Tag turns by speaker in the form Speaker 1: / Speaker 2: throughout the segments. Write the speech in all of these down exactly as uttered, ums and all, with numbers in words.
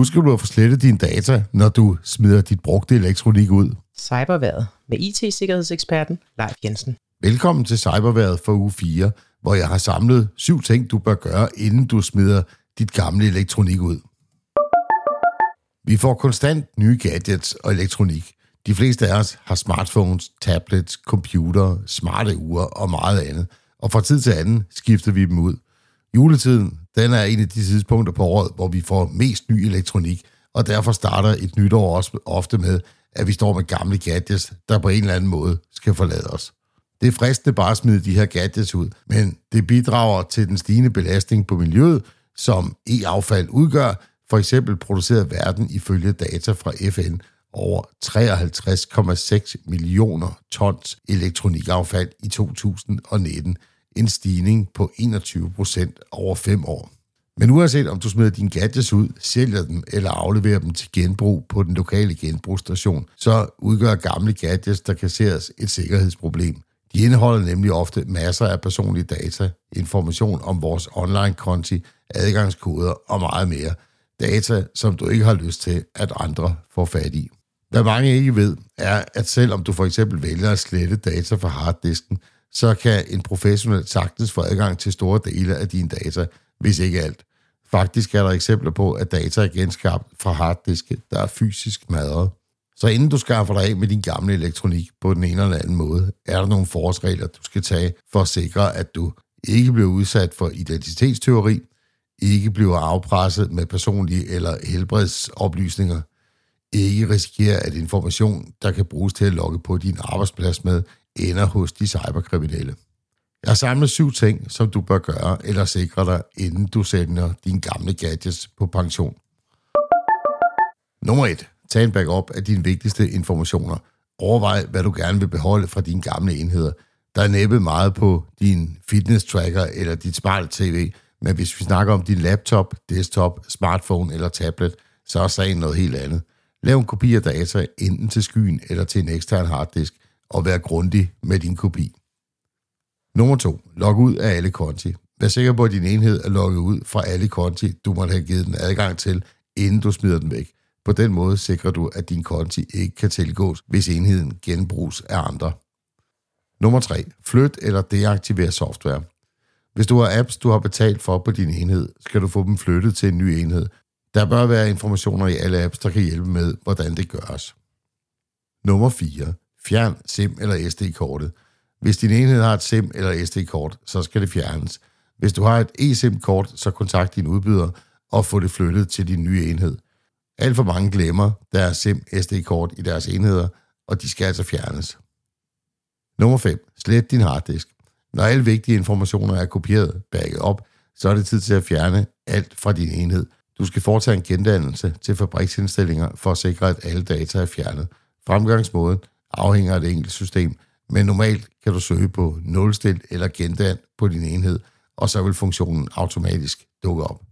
Speaker 1: Husk du at få slettet dine data, når du smider dit brugte elektronik ud.
Speaker 2: Cyberværet med I T-sikkerhedseksperten Leif Jensen.
Speaker 1: Velkommen til Cyberværet for uge fire, hvor jeg har samlet syv ting, du bør gøre, inden du smider dit gamle elektronik ud. Vi får konstant nye gadgets og elektronik. De fleste af os har smartphones, tablets, computere, smarte ure og meget andet. Og fra tid til anden skifter vi dem ud. Juletiden, den er en af de tidspunkter på året, hvor vi får mest ny elektronik, og derfor starter et nytår også ofte med, at vi står med gamle gadgets, der på en eller anden måde skal forlade os. Det er fristende bare at smide de her gadgets ud, men det bidrager til den stigende belastning på miljøet, som e-affald udgør. For eksempel producerede verden ifølge data fra F N over treoghalvtreds komma seks millioner tons elektronikaffald i to tusind og nitten. En stigning på enogtyve procent over fem år. Men uanset om du smider dine gadgets ud, sælger dem eller afleverer dem til genbrug på den lokale genbrugsstation, så udgør gamle gadgets, der kasseres, et sikkerhedsproblem. De indeholder nemlig ofte masser af personlige data, information om vores online-konti, adgangskoder og meget mere. Data, som du ikke har lyst til, at andre får fat i. Hvad mange ikke ved, er, at selvom du for eksempel vælger at slette data fra harddisken, så kan en professionel sagtens få adgang til store dele af dine data, hvis ikke alt. Faktisk er der eksempler på, at data er genskabt fra harddiske, der er fysisk smadret. Så inden du skaffer dig af med din gamle elektronik på den ene eller anden måde, er der nogle forholdsregler, du skal tage for at sikre, at du ikke bliver udsat for identitetstyveri, ikke bliver afpresset med personlige eller helbredsoplysninger, ikke risikerer, at information, der kan bruges til at logge på din arbejdsplads med, ender hos de cyberkriminelle. Jeg har samlet syv ting, som du bør gøre eller sikre dig, inden du sender dine gamle gadgets på pension. Nummer et. Tag en backup af dine vigtigste informationer. Overvej, hvad du gerne vil beholde fra dine gamle enheder. Der er næppe meget på din fitness tracker eller dit smart tv, men hvis vi snakker om din laptop, desktop, smartphone eller tablet, så er sagen noget helt andet. Lav en kopi af data enten til skyen eller til en ekstern harddisk, og vær grundig med din kopi. Nummer to. Log ud af alle konti. Vær sikker på, at din enhed er logget ud fra alle konti, du måtte have givet den adgang til, inden du smider den væk. På den måde sikrer du, at din konti ikke kan tilgås, hvis enheden genbruges af andre. Nummer tre. Flyt eller deaktiver software. Hvis du har apps, du har betalt for på din enhed, skal du få dem flyttet til en ny enhed. Der bør være informationer i alle apps, der kan hjælpe med, hvordan det gøres. Nummer fire. Fjern SIM eller S D-kortet. Hvis din enhed har et SIM eller S D-kort, så skal det fjernes. Hvis du har et eSIM-kort, så kontakt din udbyder og få det flyttet til din nye enhed. Alt for mange glemmer deres SIM S D-kort i deres enheder, og de skal altså fjernes. Nummer fem. Slet din harddisk. Når alle vigtige informationer er kopieret, backet op, så er det tid til at fjerne alt fra din enhed. Du skal foretage en gendannelse til fabriksindstillinger for at sikre, at alle data er fjernet. Fremgangsmåden afhænger af et enkelt system, men normalt kan du søge på nulstil eller gendan på din enhed, og så vil funktionen automatisk dukke op.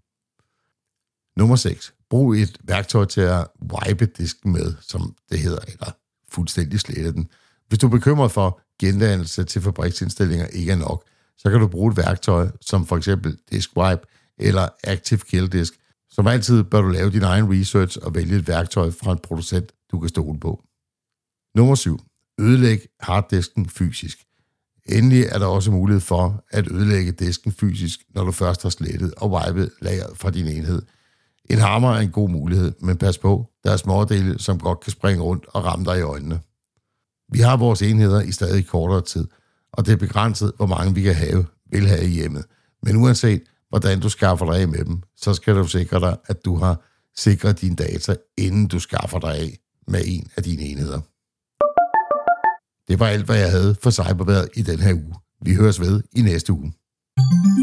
Speaker 1: Nummer seks. Brug et værktøj til at wipe disken med, som det hedder, eller fuldstændig slette den. Hvis du er bekymret for, at gendannelse til fabriksindstillinger ikke er nok, så kan du bruge et værktøj som for eksempel Disk Wipe eller Active Kill Disk. Som altid bør du lave din egen research og vælge et værktøj fra en producent, du kan stole på. Nummer syv. Ødelæg harddisken fysisk. Endelig er der også mulighed for at ødelægge disken fysisk, når du først har slettet og wipet lageret fra din enhed. En hammer er en god mulighed, men pas på, der er smådele, som godt kan springe rundt og ramme dig i øjnene. Vi har vores enheder i stadig kortere tid, og det er begrænset, hvor mange vi kan have, vil have i hjemmet. Men uanset hvordan du skaffer dig af med dem, så skal du sikre dig, at du har sikret dine data, inden du skaffer dig af med en af dine enheder. Det var alt, hvad jeg havde for Cyberværet i den her uge. Vi høres ved i næste uge.